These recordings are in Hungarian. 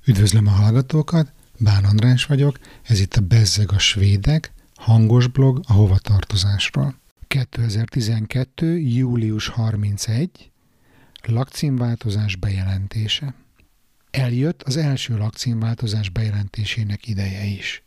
Üdvözlöm a hallgatókat, Bán András vagyok, ez itt a Bezzeg a svédek, hangos blog a hovatartozásról. 2012. július 31. Lakcímváltozás bejelentése. Eljött az első lakcímváltozás bejelentésének ideje is.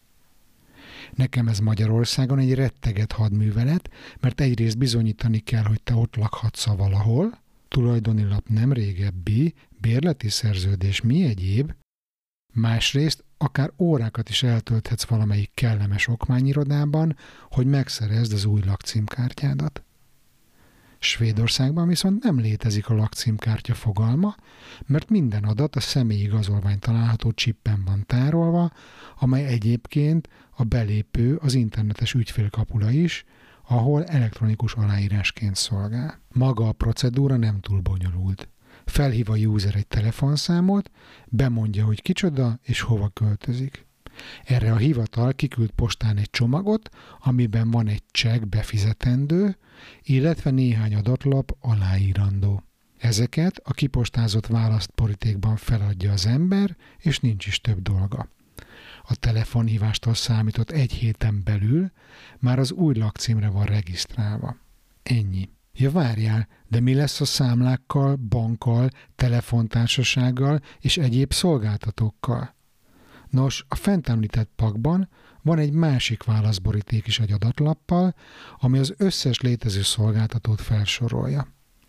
Nekem ez Magyarországon egy retteget hadművelet, mert egyrészt bizonyítani kell, hogy te ott lakhatsz valahol, tulajdoni lap nem régebbi, bérleti szerződés mi egyéb, másrészt akár órákat is eltölthetsz valamelyik kellemes okmányirodában, hogy megszerezd az új lakcímkártyádat. Svédországban viszont nem létezik a lakcímkártya fogalma, mert minden adat a személyi igazolvány található csippen van tárolva, amely egyébként a belépő az internetes ügyfélkapula is, ahol elektronikus aláírásként szolgál. Maga a procedúra nem túl bonyolult. Felhív a user egy telefonszámot, bemondja, hogy kicsoda és hova költözik. Erre a hivatal kiküld postán egy csomagot, amiben van egy csekk befizetendő, illetve néhány adatlap aláírandó. Ezeket a kipostázott választborítékban feladja az ember, és nincs is több dolga. A telefonhívástól számított egy héten belül már az új lakcímre van regisztrálva. Ennyi. Ja, várjál, de mi lesz a számlákkal, bankkal, telefontársasággal és egyéb szolgáltatókkal? Nos, a fent említett pakban van egy másik válaszboríték is egy adatlappal, ami az összes létező szolgáltatót felsorolja.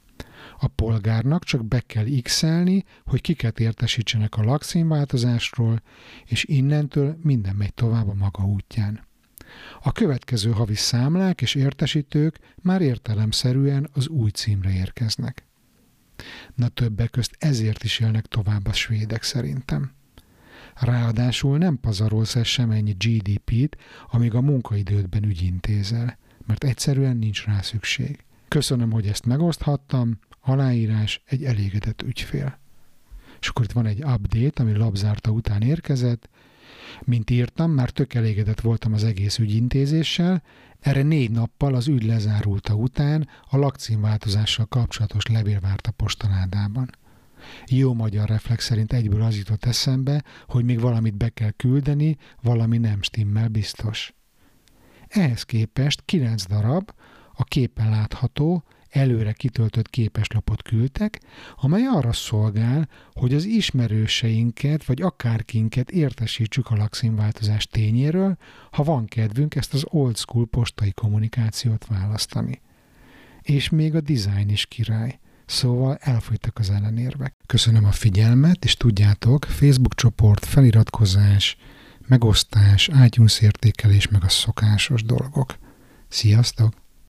A polgárnak csak be kell x-elni, hogy kiket értesítsenek a lakcímváltozásról, és innentől minden megy tovább a maga útján. A következő havi számlák és értesítők már értelemszerűen az új címre érkeznek. Na többek közt ezért is élnek tovább a svédek szerintem. Ráadásul nem pazarolsz el semennyi GDP-t, amíg a munkaidődben ügyintézel, mert egyszerűen nincs rá szükség. Köszönöm, hogy ezt megoszthattam, aláírás egy elégedett ügyfél. És akkor itt van egy update, ami lapzárta után érkezett. Mint írtam, már tök elégedett voltam az egész ügyintézéssel, erre 4 nappal az ügy lezárulta után a lakcímváltozással kapcsolatos levél várt a postaládában. Jó magyar reflex szerint egyből az jutott eszembe, hogy még valamit be kell küldeni, valami nem stimmel biztos. Ehhez képest 9 darab a képen látható, előre kitöltött képeslapot küldtek, amely arra szolgál, hogy az ismerőseinket vagy akárkinket értesítsük a lakcímváltozás tényéről, ha van kedvünk ezt az old school postai kommunikációt választani. És még a design is király. Szóval elfogytak az ellenérvek. Köszönöm a figyelmet, és tudjátok, Facebook csoport, feliratkozás, megosztás, iTunes értékelés, meg a szokásos dolgok. Sziasztok!